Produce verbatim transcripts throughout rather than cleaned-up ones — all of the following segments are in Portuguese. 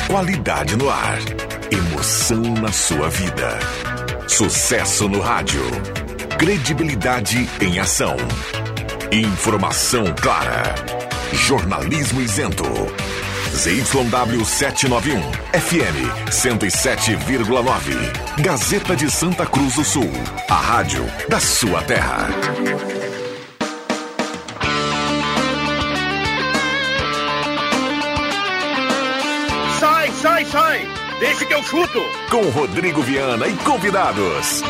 Qualidade no ar. Emoção na sua vida. Sucesso no rádio. Credibilidade em ação. Informação clara. Jornalismo isento. Z Y W setecentos e noventa e um, F M cento e sete vírgula nove. Gazeta de Santa Cruz do Sul. A rádio da sua terra. Sai, sai, sai! Deixa que eu chuto! Com Rodrigo Viana e convidados.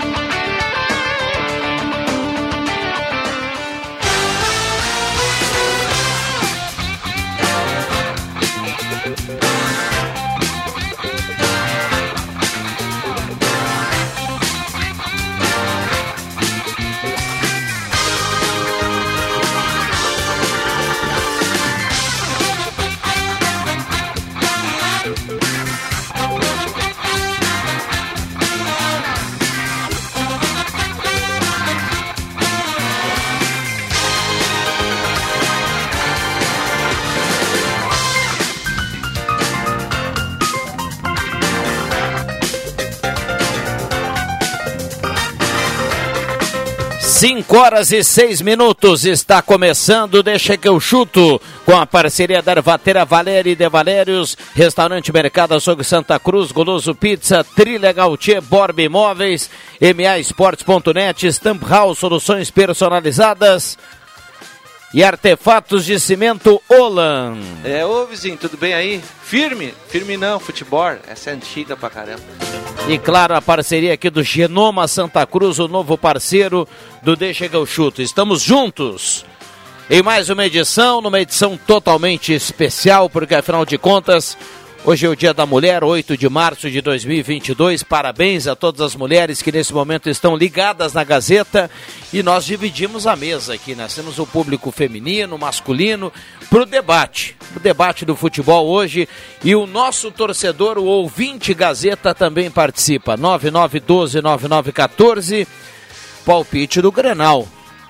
cinco horas e seis minutos, está começando, deixa que eu chuto, com a parceria da Ervatera Valéria e de Valérios, Restaurante Mercado Açougue Santa Cruz, Goloso Pizza, Trilegal Tchê, Borba Imóveis, M A Esportes ponto net, Stamp House, soluções personalizadas e artefatos de cimento Olan. É, ô vizinho, tudo bem aí? Firme? Firme não, futebol, essa é antiga pra caramba. E claro, a parceria aqui do Genoma Santa Cruz, o novo parceiro do Deixa que eu chuto. Estamos juntos em mais uma edição, numa edição totalmente especial, porque afinal de contas, hoje é o Dia da Mulher, oito de março de dois mil e vinte e dois. Parabéns a todas as mulheres que nesse momento estão ligadas na Gazeta. E nós dividimos a mesa aqui, nós temos o público feminino, masculino, para o debate. O debate do futebol hoje. E o nosso torcedor, o ouvinte Gazeta, também participa. nove nove um dois nove nove um quatro, palpite do Grenal.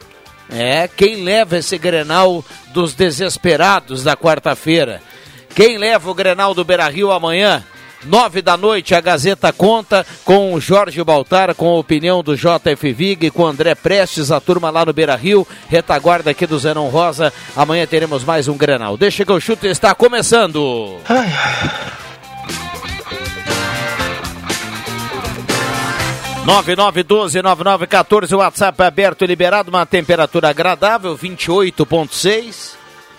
É, quem leva esse Grenal dos desesperados da quarta-feira? Quem leva o Grenal do Beira-Rio amanhã? Nove da noite, a Gazeta conta com o Jorge Baltar, com a opinião do J F Vig, com o André Prestes, a turma lá no Beira-Rio, retaguarda aqui do Zenon Rosa. Amanhã teremos mais um Grenal. Deixa que eu chuto, está começando. Ai, ai. nove nove um dois nove nove um quatro, o WhatsApp é aberto e liberado, uma temperatura agradável, vinte e oito vírgula seis.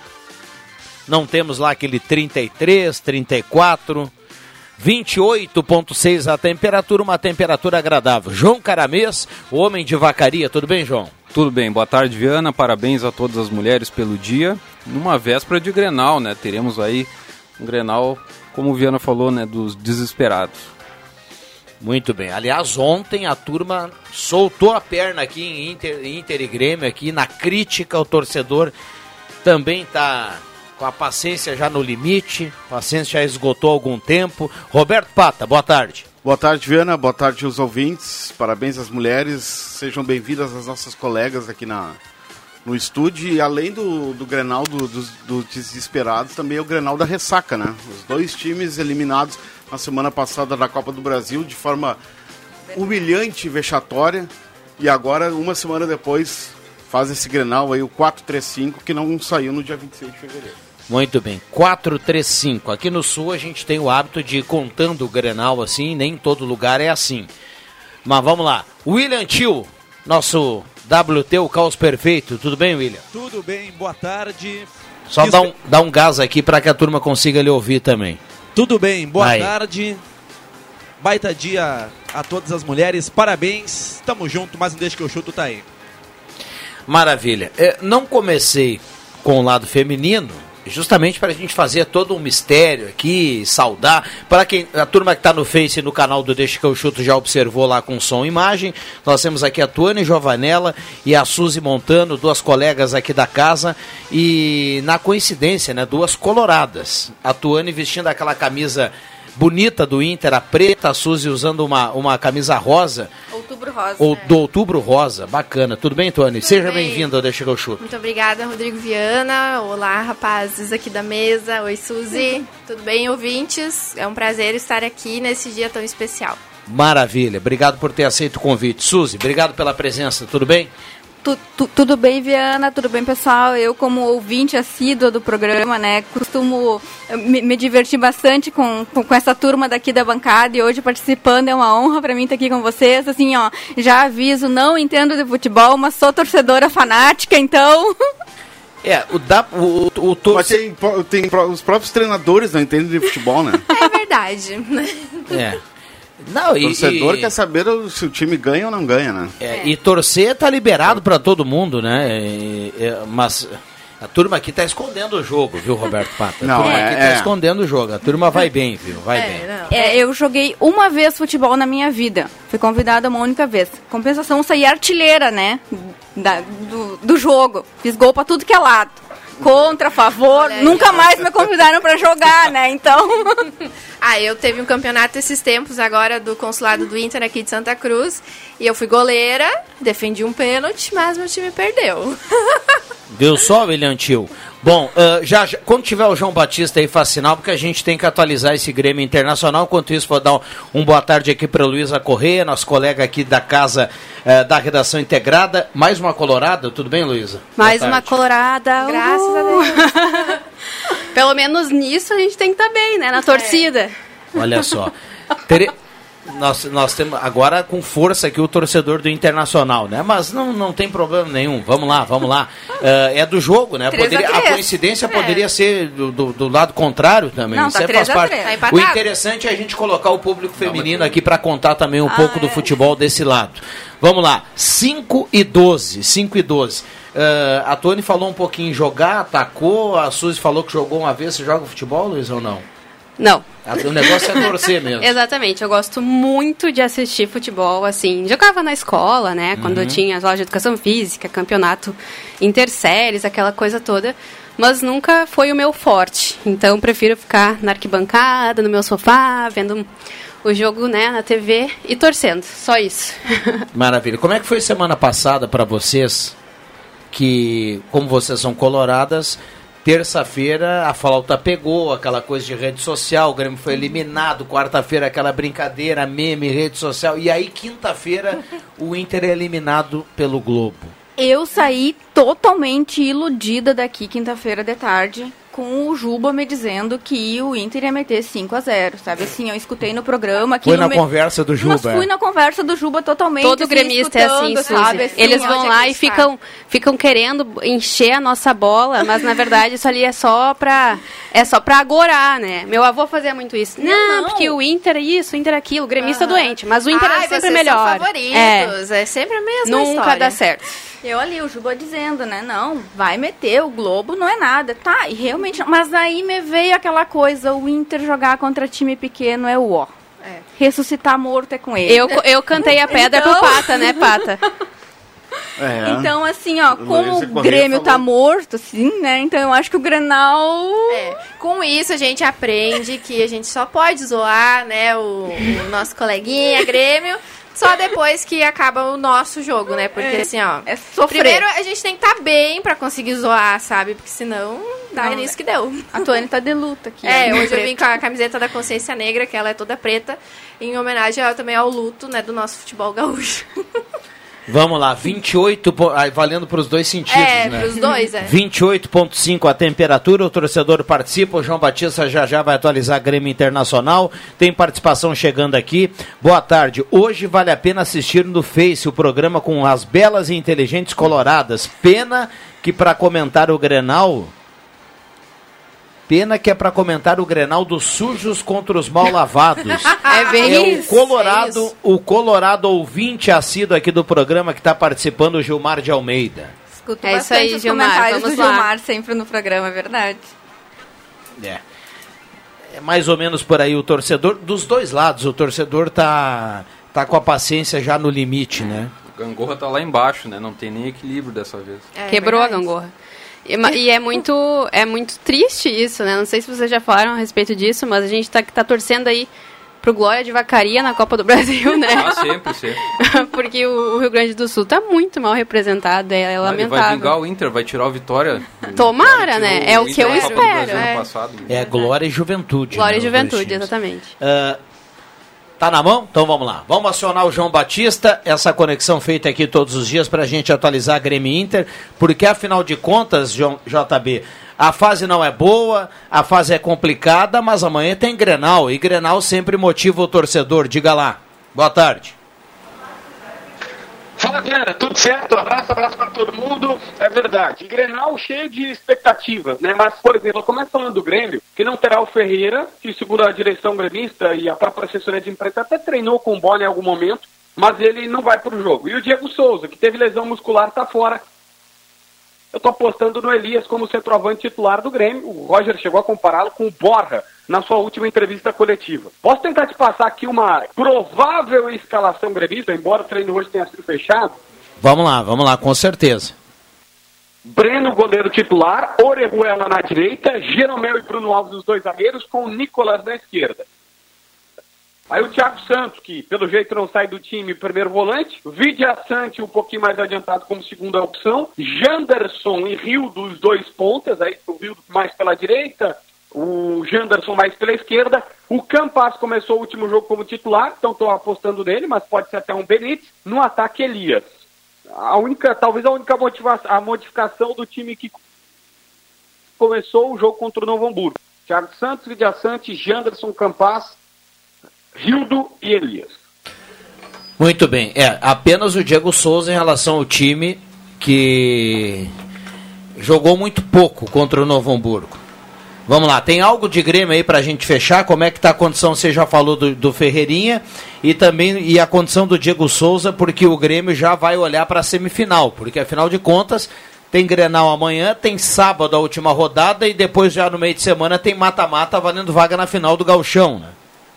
Não temos lá aquele trinta e três, trinta e quatro, vinte e oito vírgula seis a temperatura, uma temperatura agradável. João Caramês, o homem de Vacaria, tudo bem, João? Tudo bem, boa tarde, Viana, parabéns a todas as mulheres pelo dia. Numa véspera de Grenal, né, teremos aí um Grenal, como o Viana falou, né, dos desesperados. Muito bem, aliás, ontem a turma soltou a perna aqui em Inter, Inter e Grêmio, aqui na crítica, o torcedor também está com a paciência já no limite, a paciência já esgotou há algum tempo. Roberto Pata, boa tarde. Boa tarde, Viana, boa tarde aos ouvintes, parabéns às mulheres, sejam bem-vindas as nossas colegas aqui na, no estúdio. E além do, do Grenal do, dos, dos desesperados, também é o Grenal da ressaca, né? Os dois times eliminados na semana passada da Copa do Brasil de forma humilhante e vexatória, e agora, uma semana depois, faz esse Grenal aí, o quatro três cinco, que não saiu no dia vinte e seis de fevereiro. Muito bem, quatro três cinco. Aqui no Sul a gente tem o hábito de ir contando o Grenal assim, nem em todo lugar é assim. Mas vamos lá, William Tio, nosso W T, o Caos Perfeito. Tudo bem, William? Tudo bem, boa tarde. Só dá um, dá um gás aqui para que a turma consiga lhe ouvir também. Tudo bem, boa Aí. tarde. Baita dia a todas as mulheres, parabéns. Tamo junto, mais um Deixa que eu chuto tá aí. Maravilha. É, não comecei com o lado feminino, justamente para a gente fazer todo um mistério aqui, saudar. Para quem a turma que está no Face, no canal do Deixa que eu chuto, já observou lá com som e imagem. Nós temos aqui a Tuane Giovanella e a Suzy Montano, duas colegas aqui da casa. E na coincidência, né, duas coloradas. A Tuane vestindo aquela camisa bonita do Inter, a preta, a Suzy usando uma, uma camisa rosa. Outubro Rosa. Ou, é. Do Outubro Rosa, bacana. Tudo bem, Tony? Tudo Seja bem. bem-vindo ao Deixa que eu chuto. Muito obrigada, Rodrigo Viana. Olá, rapazes aqui da mesa. Oi, Suzy. Tudo bem, ouvintes? É um prazer estar aqui nesse dia tão especial. Maravilha, obrigado por ter aceito o convite. Suzy, obrigado pela presença, tudo bem? Tu, tu, tudo bem, Viana? Tudo bem, pessoal? Eu, como ouvinte assídua do programa, né, costumo me, me divertir bastante com, com, com essa turma daqui da bancada, e hoje participando é uma honra para mim estar aqui com vocês. Assim, ó, já aviso, não entendo de futebol, mas sou torcedora fanática, então... É, o, da, o, o, o tor- Mas tem, tem, os próprios treinadores não entendem de futebol, né? É verdade. É. Não, O e, torcedor e, quer saber se o time ganha ou não ganha, né? é, e torcer tá liberado para todo mundo, né? E, é, mas a turma aqui tá escondendo o jogo, viu, Roberto Pata? A Não, turma é, aqui tá é. escondendo o jogo. A turma vai bem, viu? Vai É, bem. não. É, eu joguei uma vez futebol na minha vida. Fui convidada uma única vez. Compensação, saí artilheira, né? Da, do, do jogo. Fiz gol pra tudo que é lado. Contra, a favor. Olha aí. Nunca mais me convidaram pra jogar, né? Então... Ah, eu teve um campeonato esses tempos agora do consulado do Inter aqui de Santa Cruz. E eu fui goleira, defendi um pênalti, mas meu time perdeu. Viu só, William Tio? Bom, uh, já, já, quando tiver o João Batista aí, faz sinal, porque a gente tem que atualizar esse Grêmio Internacional. Enquanto isso, vou dar um, um boa tarde aqui para Luísa Corrêa, nosso colega aqui da casa uh, da redação integrada. Mais uma colorada, tudo bem, Luísa? Mais Boa uma tarde. colorada. Graças Uhul. a Deus. Pelo menos nisso a gente tem que estar bem, né? Na torcida. Olha só. Tere... Nós, nós temos agora com força aqui o torcedor do Internacional, né? Mas não, não tem problema nenhum. Vamos lá, vamos lá. Uh, é do jogo, né? três a Poderia, a três. coincidência É. poderia ser do, do, do lado contrário também. Não, Isso tá é, três faz a parte. três. Tá O empatado. interessante é a gente colocar o público feminino aqui para contar também um Ah, pouco do é. futebol desse lado. Vamos lá. cinco e doze. cinco e doze. Uh, a Tony falou um pouquinho em jogar, atacou. A Suzy falou que jogou uma vez. Você joga futebol, Luiz, ou não? Não. O negócio é torcer mesmo. Exatamente, eu gosto muito de assistir futebol, assim, jogava na escola, né, quando eu tinha as aulas de educação física, campeonato interséries, aquela coisa toda, mas nunca foi o meu forte, então prefiro ficar na arquibancada, no meu sofá, vendo o jogo, né, na T V e torcendo, só isso. Maravilha. Como é que foi semana passada para vocês, que, como vocês são coloradas, terça-feira a flauta pegou, aquela coisa de rede social, o Grêmio foi eliminado, quarta-feira aquela brincadeira, meme, rede social, e aí quinta-feira o Inter é eliminado pelo Globo. Eu saí totalmente iludida daqui quinta-feira de tarde, com o Juba me dizendo que o Inter ia meter cinco a zero, sabe? Assim, eu escutei no programa... Foi na me... conversa do Juba. Mas fui na conversa do Juba totalmente. Todo assim, gremista é assim, escutando, Suzy. sabe? Assim, Eles ó, vão onde lá e acreditar. ficam, ficam querendo encher a nossa bola, mas na verdade isso ali é só pra, é só pra agorar, né? Meu avô fazia muito isso. Não, não. porque o Inter é isso, o Inter é aquilo, o gremista é doente, mas o Inter Ai, é sempre vocês melhor. São favoritos. É, É, sempre a mesma nunca história. dá certo. Eu ali, o Juba dizendo, né? Não, vai meter, o Globo não é nada. Tá, e realmente... Mas aí me veio aquela coisa, o Inter jogar contra time pequeno é o ó. É. Ressuscitar morto é com ele. Eu, eu cantei a pedra Então- pro Pata, né, Pata? É. Então, assim, ó, como Luísa o Corrêa Grêmio tá falou. morto, assim, né? Então eu acho que o Grenal... É, com isso a gente aprende que a gente só pode zoar, né, o, o nosso coleguinha Grêmio, só depois que acaba o nosso jogo, né? Porque É. assim, ó, É sofrer. primeiro a gente tem que estar bem pra conseguir zoar, sabe? Porque senão dá Não, nisso que deu. A Tuane tá de luta aqui. É, né? hoje eu vim com a camiseta da Consciência Negra, que ela é toda preta, em homenagem ao- também ao luto, né, do nosso futebol gaúcho. Vamos lá, vinte e oito, po- ah, valendo para os dois sentidos, É, né? pros dois, é. vinte e oito vírgula cinco a temperatura, o torcedor participa, o João Batista já já vai atualizar Grêmio Internacional, tem participação chegando aqui. Boa tarde, hoje vale a pena assistir no Face o programa com as belas e inteligentes coloradas. Pena que para comentar o Grenal... Pena que é para comentar o Grenal dos sujos contra os mal lavados. É bem É isso. o Colorado, é isso. o Colorado ouvinte assíduo aqui do programa que está participando, o Gilmar de Almeida. Escuto É isso bastante aí, os Gilmar, comentários vamos do lá. Gilmar sempre no programa, é verdade. É. É mais ou menos por aí o torcedor, dos dois lados, o torcedor tá, tá com a paciência já no limite, né? O Gangorra tá lá embaixo, né? Não tem nem equilíbrio dessa vez. É Quebrou verdade. a gangorra. E, e é muito, é muito triste isso, né? Não sei se vocês já falaram a respeito disso, mas a gente tá, tá torcendo aí pro Glória de Vacaria na Copa do Brasil, né? Ah, sempre, sempre. Porque o, o Rio Grande do Sul tá muito mal representado, é, é lamentável. Vai vingar o Inter, vai tirar o Vitória. Tomara, né? É o, o que eu espero. É. é Glória e Juventude. Glória né, e Juventude, exatamente. Uh, tá na mão? Então vamos lá. Vamos acionar o João Batista, essa conexão feita aqui todos os dias pra gente atualizar a Grêmio Inter, porque afinal de contas, J B, a fase não é boa, a fase é complicada, mas amanhã tem Grenal, e Grenal sempre motiva o torcedor. Diga lá. Boa tarde. Fala, Diana, tudo certo? Abraço, abraço para todo mundo. É verdade. Grenal cheio de expectativas, né? Mas, por exemplo, eu começo falando do Grêmio, que não terá o Ferreira, que segundo a direção gremista e a própria assessoria de imprensa até treinou com o bola em algum momento, mas ele não vai para o jogo. E o Diego Souza, que teve lesão muscular, está fora. Eu estou apostando no Elias como centroavante titular do Grêmio. O Roger chegou a compará-lo com o Borja na sua última entrevista coletiva. Posso tentar te passar aqui uma provável escalação gremista, embora o treino hoje tenha sido fechado? Vamos lá, vamos lá, com certeza. Breno, goleiro titular, Orejuela na direita, Jeromel e Bruno Alves, os dois zagueiros, com o Nicolas na esquerda. Aí o Thiago Santos, que pelo jeito não sai do time, primeiro volante. Vidia Sante um pouquinho mais adiantado como segunda opção. Janderson e Rildo, os dois pontas. Aí o Rildo mais pela direita, o Janderson mais pela esquerda. O Campas começou o último jogo como titular, então estou apostando nele, mas pode ser até um Benítez. No ataque, Elias. A única, talvez a única motivação, a modificação do time que começou o jogo contra o Novo Hamburgo. Thiago Santos, Vidia Sante, Janderson, Campas, Rildo e Elias. Muito bem, é apenas o Diego Souza em relação ao time que jogou muito pouco contra o Novo Hamburgo. Vamos lá, tem algo de Grêmio aí pra gente fechar? Como é que tá a condição? Você já falou do, do Ferreirinha e também e a condição do Diego Souza, porque o Grêmio já vai olhar para a semifinal, porque afinal de contas tem Grenal amanhã, tem sábado a última rodada e depois já no meio de semana tem mata-mata valendo vaga na final do Gauchão, né?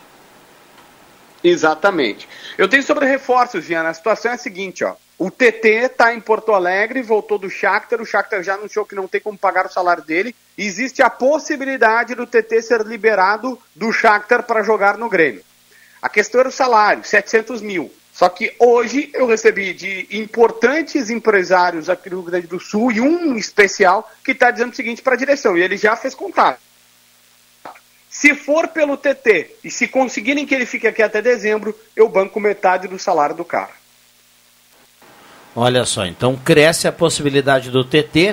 Exatamente. Eu tenho sobre reforços, Viana. A situação é a seguinte, ó. O T T está em Porto Alegre, voltou do Shakhtar. O Shakhtar já anunciou que não tem como pagar o salário dele. Existe a possibilidade do T T ser liberado do Shakhtar para jogar no Grêmio. A questão era o salário, setecentos mil. Só que hoje eu recebi de importantes empresários aqui do Rio Grande do Sul e um especial que está dizendo o seguinte para a direção, e ele já fez contato. Se for pelo T T e se conseguirem que ele fique aqui até dezembro, eu banco metade do salário do cara. Olha só, então cresce a possibilidade do T T.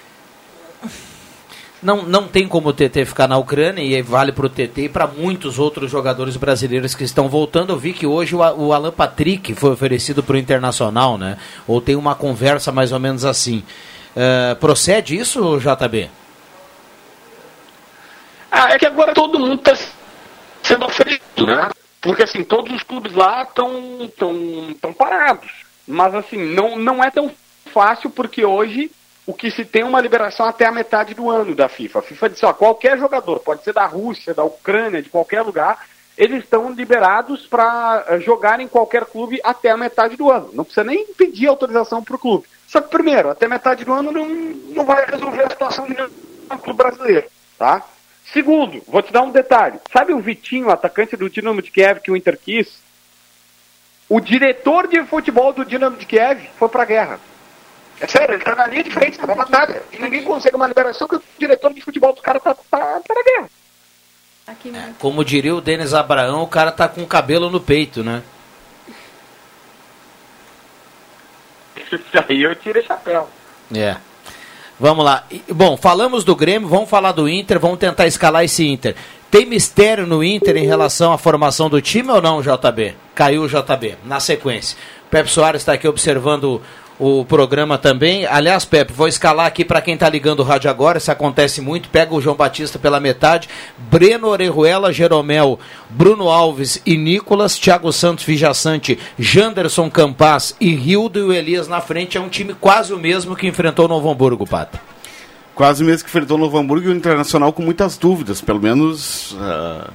Não, não tem como o T T ficar na Ucrânia, e vale para o T T e para muitos outros jogadores brasileiros que estão voltando. Eu vi que hoje o, o Alan Patrick foi oferecido para o Internacional, né? Ou tem uma conversa mais ou menos assim. Uh, procede isso, J B? Ah, é que agora todo mundo está sendo oferecido, né? Porque assim, todos os clubes lá estão tão, tão parados. Mas assim, não, não é tão fácil, porque hoje o que se tem é uma liberação até a metade do ano da FIFA. A FIFA diz, ó, qualquer jogador, pode ser da Rússia, da Ucrânia, de qualquer lugar, eles estão liberados para jogar em qualquer clube até a metade do ano. Não precisa nem pedir autorização para o clube. Só que primeiro, até metade do ano não, não vai resolver a situação do clube brasileiro, tá? Segundo, vou te dar um detalhe. Sabe o Vitinho, atacante do Dinamo de Kiev, que o Inter quis? O diretor de futebol do Dinamo de Kiev foi pra guerra. É sério, ele tá na linha de frente, tá na batalha. E ninguém consegue uma liberação porque o diretor de futebol do cara tá, tá, tá na guerra. É, como diria o Denis Abraão, o cara tá com o cabelo no peito, né? Isso aí eu tirei chapéu. É. Vamos lá. Bom, falamos do Grêmio, vamos falar do Inter, vamos tentar escalar esse Inter. Tem mistério no Inter em relação à formação do time ou não, J B? Caiu o J B, na sequência. O Pepe Soares está aqui observando o, o programa também. Aliás, Pepe, vou escalar aqui para quem está ligando o rádio agora, isso acontece muito, pega o João Batista pela metade, Breno, Orejuela, Jeromel, Bruno Alves e Nicolas, Thiago Santos, Vidia Sante, Janderson, Campas e Rildo e o Elias na frente. É um time quase o mesmo que enfrentou o Novo Hamburgo, Pato. Quase o mesmo que enfrentou o Novo Hamburgo, e o Internacional com muitas dúvidas, pelo menos uh,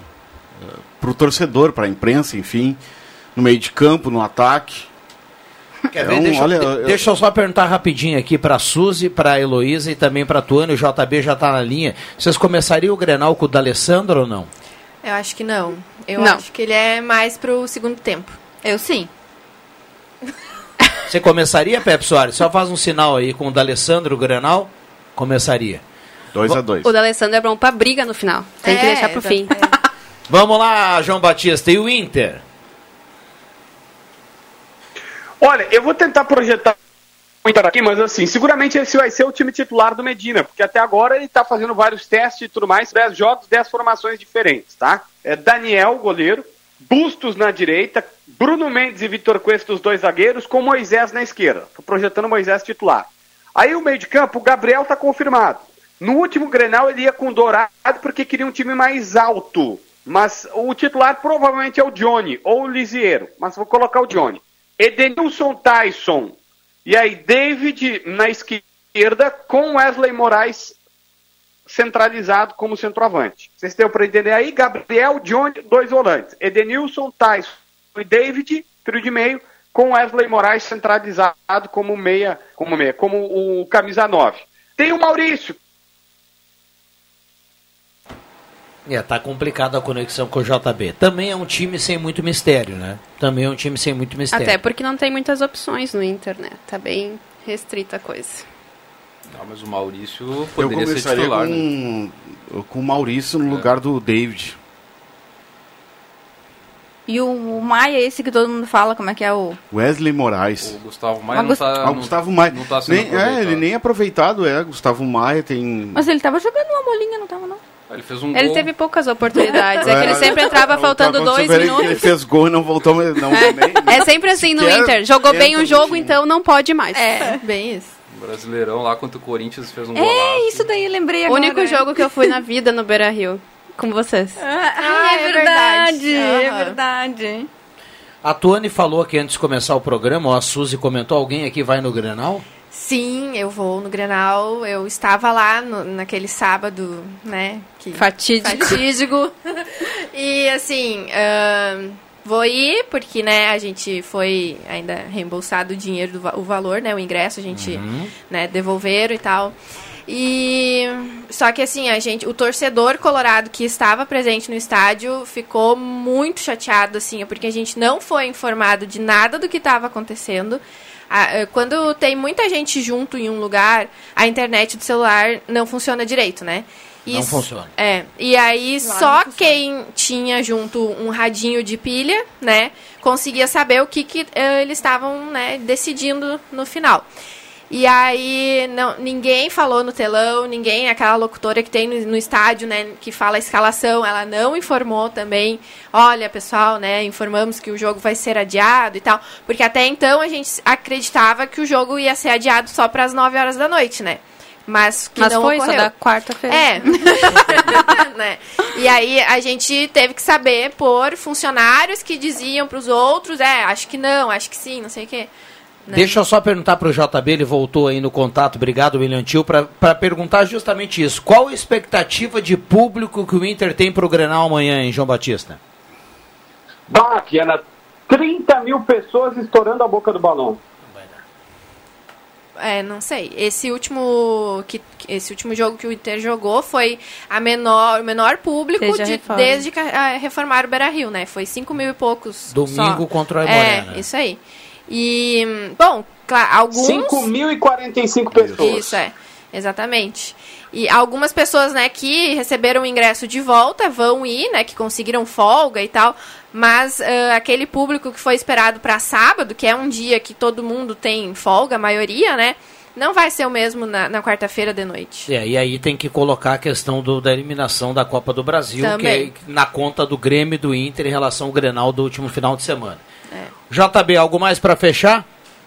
uh, para o torcedor, para a imprensa, enfim, no meio de campo, no ataque. Quer ver? Deixa, olha, de, eu... deixa eu só perguntar rapidinho aqui pra Suzy, pra Heloísa e também pra Tuane. O J B já tá na linha. Vocês começariam o Grenal com o D'Alessandro ou não? Eu acho que não. Eu Não. acho que ele é mais pro segundo tempo. Eu sim. Você começaria, Pepe Soares? Só faz um sinal aí com o D'Alessandro, o Grenal. Começaria. dois a dois. O D'Alessandro é bom pra briga no final. Tem que É, deixar pro fim. exatamente. Vamos lá, João Batista. E o Inter? Olha, eu vou tentar projetar o Inter aqui, mas assim, seguramente esse vai ser o time titular do Medina, porque até agora ele tá fazendo vários testes e tudo mais, dez jogos, dez formações diferentes, tá? É Daniel, goleiro, Bustos na direita, Bruno Mendes e Vitor Cuesta, os dois zagueiros, com Moisés na esquerda. Tô projetando Moisés titular. Aí o meio de campo, o Gabriel tá confirmado. No último Grenal ele ia com o Dourado porque queria um time mais alto. Mas o titular provavelmente é o Johnny ou o Lisieiro. Mas vou colocar o Johnny. Edenilson Tyson. E aí David na esquerda com Wesley Moraes centralizado como centroavante. Vocês têm para entender aí? Gabriel, Johnny, dois volantes. Edenilson, Tyson e David, trio de meio, com Wesley Moraes centralizado como meia, como meia, como o camisa nove. Tem o Maurício. É, tá complicada a conexão com o J B. Também é um time sem muito mistério, né? Também é um time sem muito mistério. Até porque não tem muitas opções no Inter, né? Tá bem restrita a coisa. Não, mas o Maurício Eu poderia ser começaria titular, com, né? com o Maurício no É. lugar do David. E o, o Maia, esse que todo mundo fala, como é que é o... Wesley Moraes. O Gustavo Maia Mas não tá... Ah, o não- Gustavo Maia. Não tá sendo nem, é, aproveitado. ele nem é aproveitado, é. Gustavo Maia tem... Mas ele tava jogando uma bolinha, não tava não? Ele fez um Ele gol. teve poucas oportunidades. É que ele sempre entrava faltando Quando dois você vê que Ele minutos. fez gol e não voltou, mas não nem, É sempre assim no sequer Inter. Jogou bem entra um no jogo, time. então não pode mais. É, bem isso. O Brasileirão lá contra o Corinthians fez um golaço. É, isso daí eu lembrei O agora. único jogo que eu fui na vida no Beira-Rio. Com vocês. Ah, Ah, é é verdade, verdade. é Aham. verdade. A Tuane falou aqui antes de começar o programa, ou a Suzy comentou, alguém aqui vai no Grenal? Sim, eu vou no Grenal. Eu estava lá no- naquele sábado, né? Que... Fatídico. fatídico. E assim, ahn, vou ir porque, né, a gente foi ainda reembolsado o dinheiro, do, va- o valor, né, o ingresso, a gente, né, devolveram e tal. E só que assim, a gente, o torcedor colorado que estava presente no estádio ficou muito chateado, assim, porque a gente não foi informado de nada do que estava acontecendo. Ah, eh, quando tem muita gente junto em um lugar, a internet do celular não funciona direito, né? Não Isso- funciona. É, e aí Claro, só não funciona. quem tinha junto um radinho de pilha, né, conseguia saber o que, que eh, eles estavam, né, decidindo no final. E aí não, ninguém falou no telão, ninguém, aquela locutora que tem no, no estádio, né, que fala a escalação, ela não informou também, olha pessoal, né, informamos que o jogo vai ser adiado e tal, porque até então a gente acreditava que o jogo ia ser adiado só para as nove horas da noite, né, mas que Mas não foi ocorreu. só da quarta-feira. É. Né? E aí a gente teve que saber por funcionários que diziam pros outros, é, acho que não, acho que sim, não sei o quê. Né? Deixa eu só perguntar pro J B, ele voltou aí no contato, obrigado, William Tio, para perguntar justamente isso. Qual a expectativa de público que o Inter tem pro Grenal amanhã, hein, João Batista? Bah, Viana, trinta mil pessoas estourando a boca do balão. É, não sei. Esse último que esse último jogo que o Inter jogou foi a menor, o menor público Desde a de- reforma. desde que a- reformaram o Beira-Rio, né? Foi cinco mil e poucos. Domingo só. contra o Aimoré, É, né? isso aí. E, bom, claro, alguns... cinco mil e quarenta e cinco pessoas. Isso, é. Exatamente. E algumas pessoas, né, que receberam o ingresso de volta vão ir, né, que conseguiram folga e tal, mas ah, aquele público que foi esperado para sábado, que é um dia que todo mundo tem folga, a maioria, né, não vai ser o mesmo na, na quarta-feira de noite. É, e aí tem que colocar a questão do- da eliminação da Copa do Brasil, Também. que é na conta do Grêmio e do Inter em relação ao Grenal do último final de semana. É. J B, algo mais para fechar?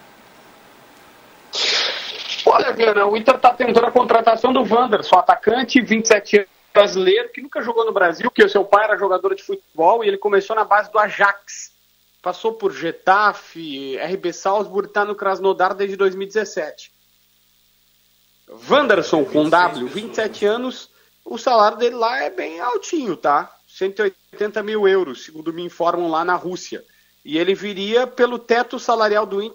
Olha, Viana, o Inter está tentando a contratação do Wanderson, atacante, vinte e sete anos, brasileiro, que nunca jogou no Brasil, porque o seu pai era jogador de futebol e ele começou na base do Ajax. Passou por Getafe, R B Salzburg, está no Krasnodar desde dois mil e dezessete. Wanderson, com W, vinte e sete anos, o salário dele lá é bem altinho, tá? cento e oitenta mil euros, segundo me informam lá na Rússia. E ele viria pelo teto salarial do Inter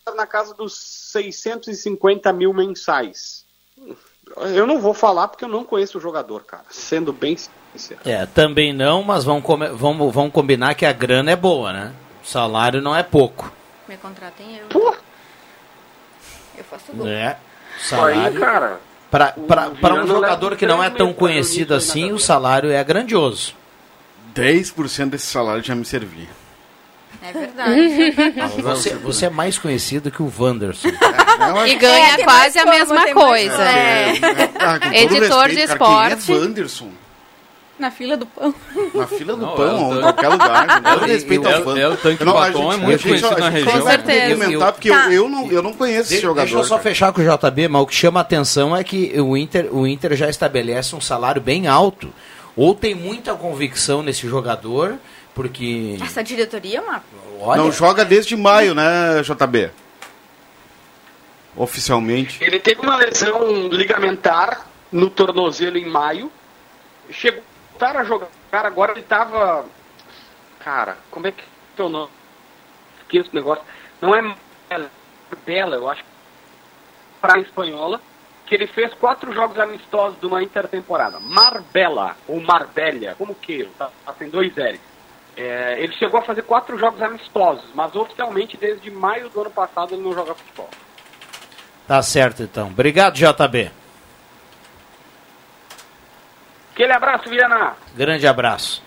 na casa dos seiscentos e cinquenta mil mensais. Eu não vou falar porque eu não conheço o jogador, cara. Sendo bem sincero. É, também não, mas vamos, come, vamos, vamos combinar que a grana é boa, né? O salário não é pouco. Me contratem eu. Pô. Eu faço gol. É, salário... Aí, cara... Para um jogador que não é tão conhecido assim, o salário é grandioso. dez por cento desse salário já me servia. É verdade. Você, você é mais conhecido que o Wanderson. É, e ganha é, quase a mesma coisa. É. É. Ah, editor respeito, de esporte. Cara, quem é Wanderson? Na fila do pão. Na fila do não, pão, em qualquer lugar. Não respeito ao fã. É, o tanque de batom, é muito conhecido na região. Com certeza. Eu, porque tá. eu, eu, não, eu não conheço de, esse jogador. Deixa eu só cara. fechar com o J B, mas o que chama a atenção é que o Inter, o Inter já estabelece um salário bem alto. Ou tem muita convicção nesse jogador, porque... Essa diretoria, Marco? Olha. Não joga desde maio, né, J B? Oficialmente. Ele teve uma lesão ligamentar no tornozelo em maio. Chegou a jogar, agora ele tava... Cara, como é que é o nome? Esqueço o negócio. Não é Marbella, eu acho. Praia espanhola. Que ele fez quatro jogos amistosos de uma intertemporada. Marbella, ou Marbella, como que? Tá, tá tem dois L. É, ele chegou a fazer quatro jogos amistosos, mas oficialmente desde maio do ano passado ele não joga futebol. Tá certo, então. Obrigado, J B. Aquele abraço, Viana. Grande abraço.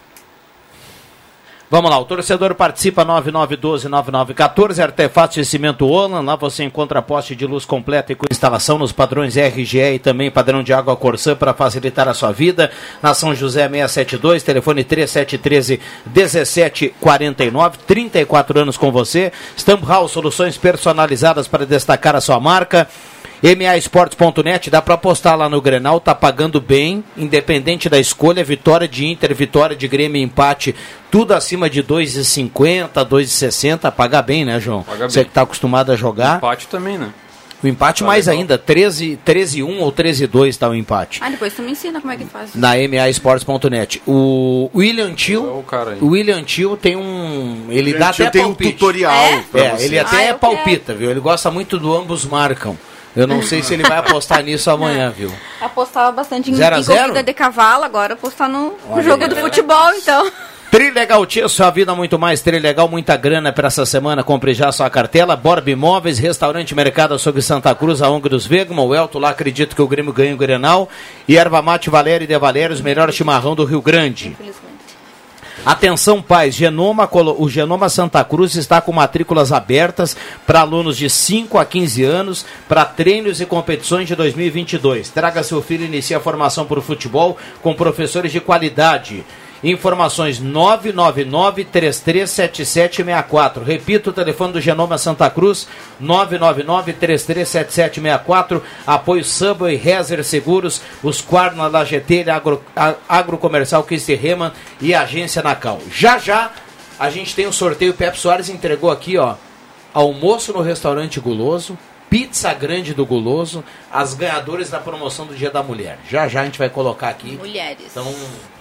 Vamos lá, o torcedor participa nove nove um dois nove nove um quatro, Artefatos de Cimento Olan, lá você encontra poste de luz completa e com instalação nos padrões R G E e também padrão de água Corsã para facilitar a sua vida. Na São José seiscentos e setenta e dois, telefone três sete um três, um sete quatro nove, trinta e quatro anos com você. Stamp House, soluções personalizadas para destacar a sua marca. M A Esportes ponto net, dá para apostar lá no Grenal, tá pagando bem, independente da escolha, vitória de Inter, vitória de Grêmio, empate, tudo acima de dois e cinquenta, dois e sessenta, paga bem, né, João? Paga Você bem. Que tá acostumado a jogar. Empate também, né? O empate tá mais legal. Ainda, treze a um ou treze a dois tá o empate. Ah, depois tu me ensina como é que faz. Na M A Esportes ponto net. O William Tio, é o, o William Tio tem um, ele o dá até tem palpite. um tutorial. É, é ele até ah, é palpita, viu? Ele gosta muito do ambos marcam. Eu não sei se ele vai apostar nisso amanhã, viu? Apostava bastante em, zero a em zero? corrida de cavalo, agora apostar no, no jogo do futebol, então. Trilegal Tia, sua vida muito mais. Trilegal, muita grana para essa semana. Compre já sua cartela. Borba Imóveis, Restaurante Mercado Açougue Santa Cruz, a ONG dos Vegman. O Elton lá, acredito que o Grêmio ganha o Grenal. E Erva Mate Valério e De Valério, os melhores chimarrão do Rio Grande. Infelizmente. Atenção, pais, Genoma, o Genoma Santa Cruz está com matrículas abertas para alunos de cinco a quinze anos para treinos e competições de dois mil e vinte e dois. Traga seu filho e inicie a formação por futebol com professores de qualidade. Informações nove nove nove, três três sete sete seis quatro. Repito, o telefone do Genoma Santa Cruz, nove nove nove, três três sete sete seis quatro. Apoio Subway, Rezer Seguros, os Quarna, Lagetelha, Agro, Agrocomercial Kister Reman e Agência Nacal. Já já, a gente tem um sorteio. O Pepe Soares entregou aqui, ó, almoço no restaurante Guloso, pizza grande do Guloso, as ganhadoras da promoção do Dia da Mulher. Já já a gente vai colocar aqui. Mulheres. Então...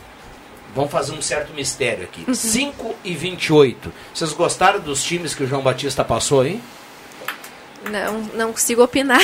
vamos fazer um certo mistério aqui. Uhum. cinco e vinte e oito. Vocês gostaram dos times que o João Batista passou aí? Não, não consigo opinar.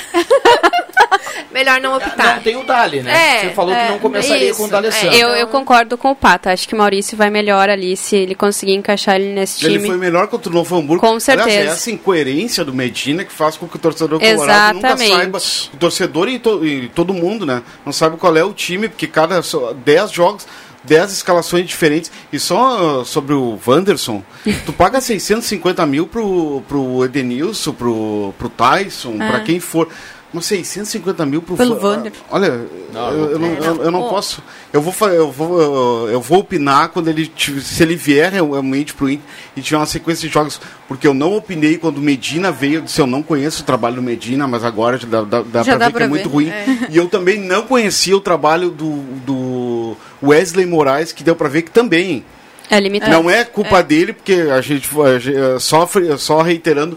Melhor não optar. Não tem o Dali, né? É, Você falou é, que não começaria isso, com o D'Alessandro. É. Eu, eu concordo com o Pato. Acho que o Maurício vai melhor ali se ele conseguir encaixar ele nesse time. Ele foi melhor contra o Novo Hamburgo. Com certeza. Aliás, é essa incoerência do Medina que faz com que o torcedor colorado nunca saiba. O torcedor e, to, e todo mundo, né? Não sabe qual é o time, porque cada dez jogos... dez escalações diferentes. E só uh, sobre o Wanderson, tu paga seiscentos e cinquenta mil pro, pro Edenilson, pro, pro Tyson, ah. pra quem for. Mas seiscentos e cinquenta mil pro Pelo Wanderson. Olha, não, eu, eu, não, eu, eu não oh. posso. Eu vou, eu, vou, eu vou opinar quando ele, se ele vier realmente pro Inter e tiver uma sequência de jogos. Porque eu não opinei quando o Medina veio. Eu disse, eu não conheço o trabalho do Medina, mas agora dá, dá, dá já pra dá ver pra que é ver. muito ruim. É. E eu também não conhecia o trabalho do, do Wesley Moraes, que deu pra ver que também é limitado. Não é culpa é. dele, porque a gente, a gente sofre, só reiterando,